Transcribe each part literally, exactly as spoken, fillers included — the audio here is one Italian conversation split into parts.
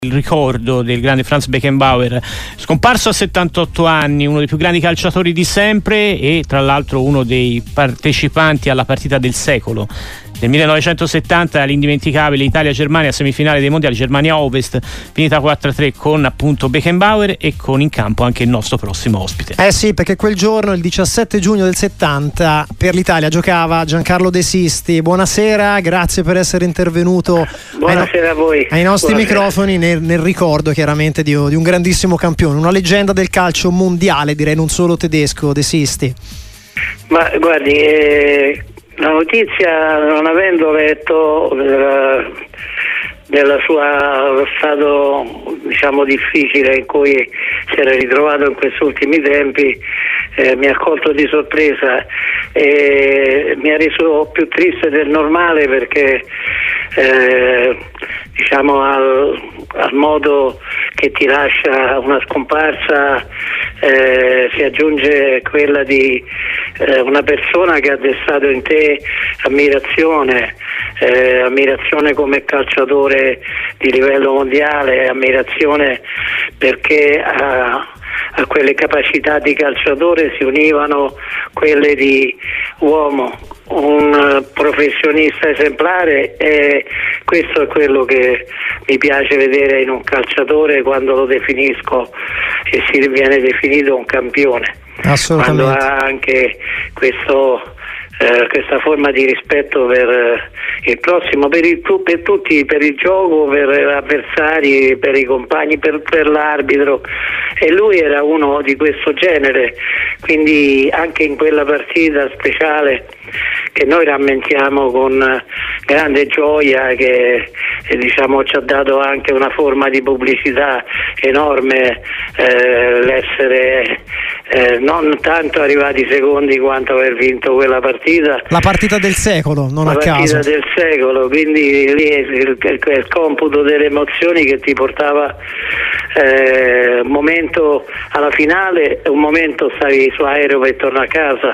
il ricordo del grande Franz Beckenbauer, scomparso a settantotto anni, uno dei più grandi calciatori di sempre e tra l'altro uno dei partecipanti alla partita del secolo. Nel millenovecentosettanta l'indimenticabile Italia-Germania, semifinale dei mondiali, Germania Ovest, finita quattro a tre con appunto Beckenbauer e con in campo anche il nostro prossimo ospite. Eh sì, perché quel giorno, il diciassette giugno del settanta, per l'Italia giocava Giancarlo De Sisti. Buonasera, grazie per essere intervenuto. Buonasera ai, a voi. Ai nostri Buonasera. microfoni nel, nel ricordo chiaramente di, di un grandissimo campione, una leggenda del calcio mondiale, direi non solo tedesco, De Sisti. Ma guardi, eh, la notizia, non avendo letto della, della sua stato diciamo difficile in cui si era ritrovato in questi ultimi tempi, eh, mi ha colto di sorpresa e mi ha reso più triste del normale perché eh, diciamo al, al modo che ti lascia una scomparsa eh, si aggiunge quella di eh, una persona che ha destato in te ammirazione, eh, ammirazione come calciatore di livello mondiale, ammirazione perché a, a quelle capacità di calciatore si univano quelle di uomo, un professionista esemplare, e questo è quello che mi piace vedere in un calciatore quando lo definisco e si viene definito un campione, quando ha anche questo eh, questa forma di rispetto per eh, il prossimo, per, il, per tutti, per il gioco, per gli avversari, per i compagni, per, per l'arbitro, e lui era uno di questo genere, quindi anche in quella partita speciale che noi rammentiamo con grande gioia, che eh, diciamo ci ha dato anche una forma di pubblicità enorme, eh, l'essere eh, non tanto arrivati secondi quanto aver vinto quella partita, la partita del secolo, non la a partita caso del secolo, quindi lì è il, il, il computo delle emozioni che ti portava eh, un momento alla finale, un momento stavi su aereo per tornare a casa,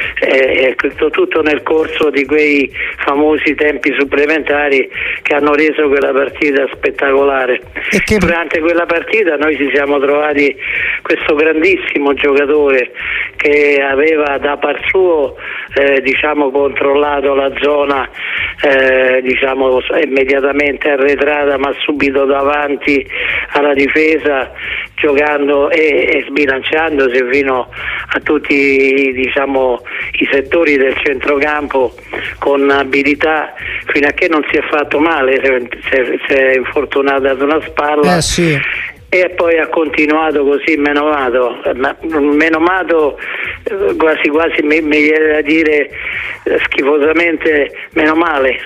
e eh, tutto, tutto nel corso di quei famosi tempi supplementari che hanno reso quella partita spettacolare. E che... durante quella partita noi ci siamo trovati questo grandissimo giocatore che aveva da par suo eh, diciamo controllato la zona eh, diciamo immediatamente arretrata, ma subito davanti alla difesa, giocando e, e sbilanciandosi fino a tutti diciamo i settori del centrocampo con abilità, fino a che non si è fatto male, si è, si è infortunato ad una spalla. Eh sì. E poi ha continuato così menomato, ma menomato quasi quasi mi, mi viene da dire schifosamente meno male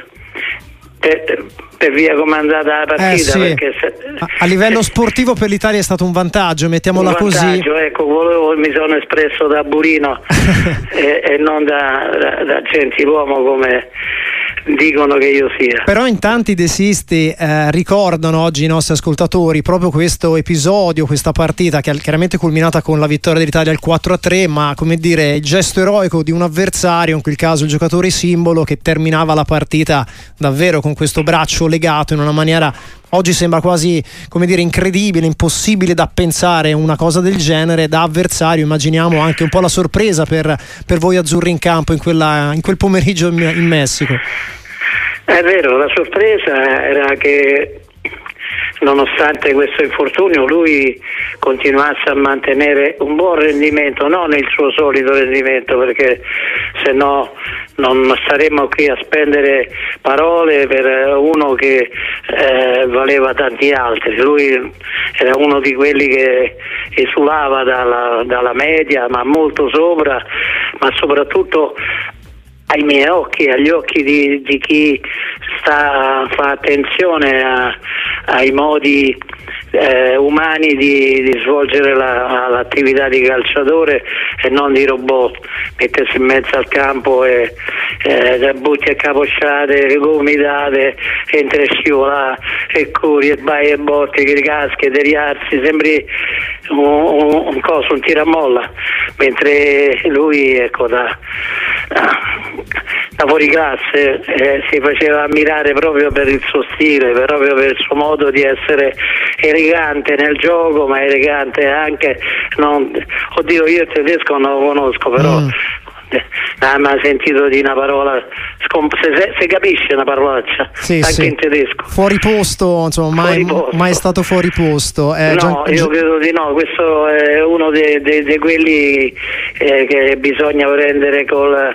per, per via come è andata la partita. Eh sì. Perché se, a, a livello sportivo per l'Italia è stato un vantaggio, mettiamola un vantaggio, così. Ecco, volevo, mi sono espresso da burino e, e non da, da, da gentiluomo come dicono che io sia. Però in tanti desisti eh, ricordano oggi i nostri ascoltatori proprio questo episodio, questa partita che è chiaramente culminata con la vittoria dell'Italia al quattro a tre, ma come dire il gesto eroico di un avversario, in quel caso il giocatore simbolo, che terminava la partita davvero con questo braccio legato in una maniera, oggi sembra quasi, come dire, incredibile, impossibile da pensare una cosa del genere. Da avversario immaginiamo anche un po' la sorpresa per, per voi azzurri in campo in, quella, in quel pomeriggio in, in Messico. È vero, la sorpresa era che nonostante questo infortunio lui continuasse a mantenere un buon rendimento, non il suo solito rendimento, perché se no non staremmo qui a spendere parole per uno che eh, valeva tanti altri. Lui era uno di quelli che esulava dalla, dalla media, ma molto sopra, ma soprattutto ai miei occhi, agli occhi di, di chi sta fa attenzione a, ai modi eh, umani di, di svolgere la, l'attività di calciatore e non di robot, mettersi in mezzo al campo e eh, butti a capocciate, gomitate, entra e scivola e curi e vai e botti, che ricaschi e riarsi, sembri un, un, un coso, un tiramolla, mentre lui ecco da da fuori classe, eh, si faceva ammirare proprio per il suo stile, proprio per il suo modo di essere elegante nel gioco, ma elegante anche, non, oddio io il tedesco non lo conosco, però mm. Ah, ma ha sentito di una parola, se, se capisce una parolaccia, sì, anche sì. in tedesco. Fuori posto, insomma, mai, fuori posto. mai stato fuori posto. Eh, no, Gian... io credo di no, questo è uno di de, de quelli eh, che bisogna prendere col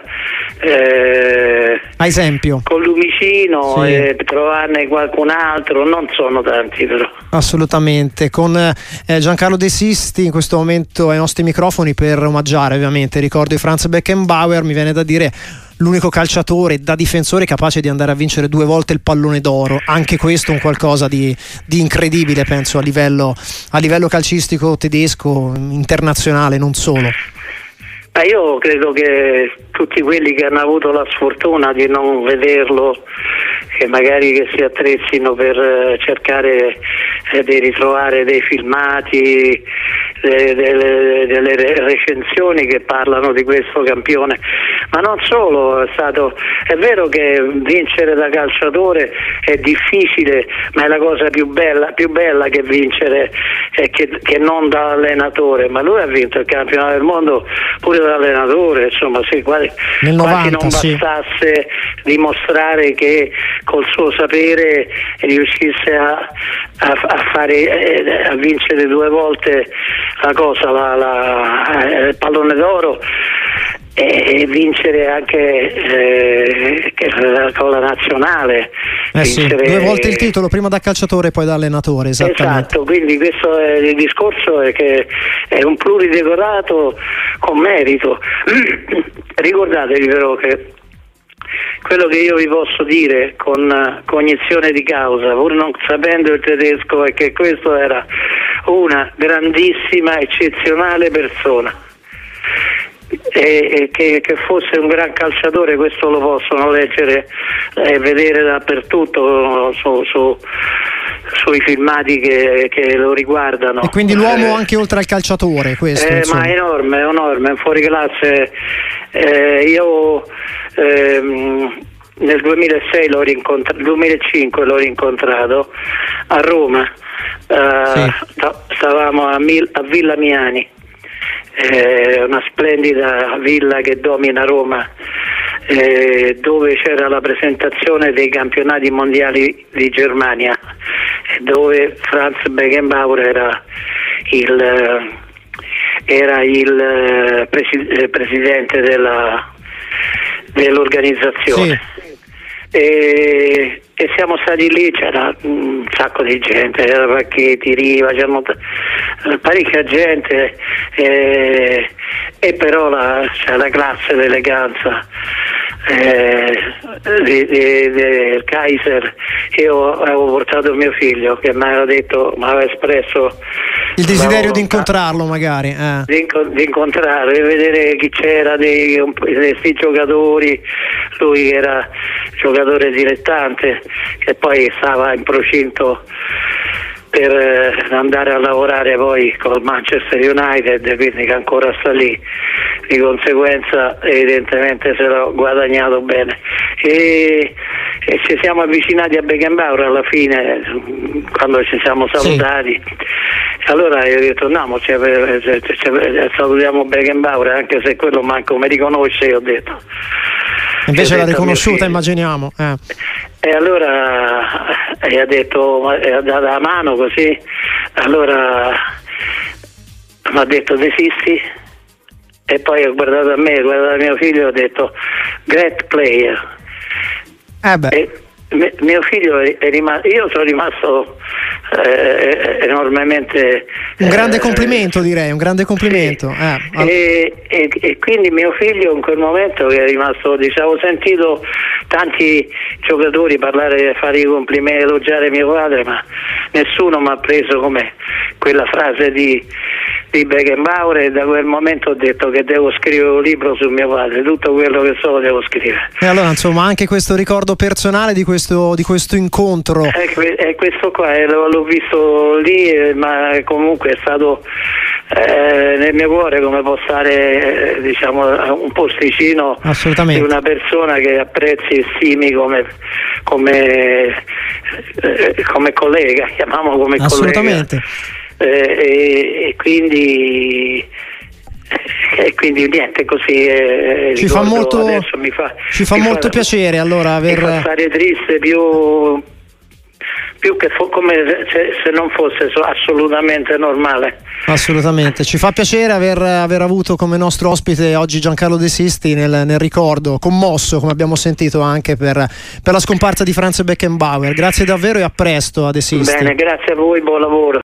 eh, a esempio. Col lumicino sì. e trovarne qualcun altro, non sono tanti però. Assolutamente. Con eh, Giancarlo De Sisti in questo momento ai nostri microfoni per omaggiare ovviamente, ricordo di Franz Beckenbauer, mi viene da dire l'unico calciatore da difensore capace di andare a vincere due volte il pallone d'oro, anche questo un qualcosa di, di incredibile penso a livello, a livello calcistico tedesco, internazionale, non solo. Ma io credo che tutti quelli che hanno avuto la sfortuna di non vederlo, che magari che si attrezzino per eh, cercare eh, di ritrovare dei filmati, de, de, delle recensioni che parlano di questo campione, ma non solo, è stato, è vero che vincere da calciatore è difficile, ma è la cosa più bella, più bella che vincere eh, che, che non da allenatore, ma lui ha vinto il campionato del mondo pure da allenatore, insomma, sì, quasi, Nel novanta, quasi non bastasse sì. dimostrare che col suo sapere riuscisse a, a, a fare eh, a vincere due volte la cosa, la, la, il pallone d'oro e vincere anche eh, con la nazionale. Eh sì, due volte il titolo, prima da calciatore e poi da allenatore, esattamente. Esatto, quindi questo è il discorso, è che è un pluridecorato con merito. Ricordatevi però che quello che io vi posso dire con cognizione di causa, pur non sapendo il tedesco, è che questo era una grandissima, eccezionale persona. E, e che, che fosse un gran calciatore, questo lo possono leggere e vedere dappertutto su, su, sui filmati che, che lo riguardano. E quindi l'uomo eh, anche oltre al calciatore, questo eh, ma è enorme, è enorme, è fuori classe. eh, io ehm, nel duemilasei l'ho rincontrato, duemilacinque l'ho rincontrato a Roma, eh, sì. stavamo a, Mil- a Villa Miani, eh, una splendida villa che domina Roma, eh, dove c'era la presentazione dei campionati mondiali di Germania, dove Franz Beckenbauer era il, era il presi- presidente della, dell'organizzazione. Sì. E, e siamo stati lì, c'era un sacco di gente, c'era Pacchetti, Riva, c'era parecchia gente, e, e però la, cioè, la classe, l'eleganza eh, del Kaiser. Io avevo portato mio figlio che mi aveva detto, mi aveva espresso il desiderio di incontrarlo magari eh. di, inco- di incontrarlo, di vedere chi c'era, di questi giocatori, lui era giocatore dilettante che poi stava in procinto per eh, andare a lavorare poi col Manchester United, quindi che ancora sta lì, di conseguenza evidentemente se l'ho guadagnato bene e, e ci siamo avvicinati a Beckenbauer alla fine quando ci siamo salutati. Sì. Allora io ho detto no, cioè, cioè, cioè, salutiamo Beckenbauer, anche se quello manco mi riconosce, io ho detto. Invece l'ha riconosciuta, immaginiamo. Eh. E allora e ha detto, ha dato la mano così, allora mi ha detto desisti, e poi ho guardato a me, ho guardato a mio figlio e ho detto great player. Eh beh. E mio figlio è rimasto, io sono rimasto eh, enormemente un grande eh, complimento direi, un grande complimento sì. eh, e, e, e quindi mio figlio in quel momento che è rimasto, diciamo, ho sentito tanti giocatori parlare, fare i complimenti, elogiare mio padre, ma nessuno mi ha preso come quella frase di di Beckenbauer, e da quel momento ho detto che devo scrivere un libro su mio padre, tutto quello che so lo devo scrivere. E allora insomma anche questo ricordo personale di questo, di questo incontro. È, è questo qua, eh, l'ho visto lì, eh, ma comunque è stato eh, nel mio cuore come può stare, eh, diciamo, un posticino di una persona che apprezzi e stimi come, come, eh, come collega, chiamiamolo come assolutamente. collega. Eh, e, e quindi e quindi niente, così eh, ci fa molto, mi fa, ci fa mi molto fa, piacere allora aver... mi fa stare triste più più che fo- come se, se non fosse so- assolutamente normale. Assolutamente, ci fa piacere aver, aver avuto come nostro ospite oggi Giancarlo De Sisti nel, nel ricordo commosso, come abbiamo sentito, anche per, per la scomparsa di Franz Beckenbauer. Grazie davvero e a presto a De Sisti. Bene, grazie a voi, buon lavoro.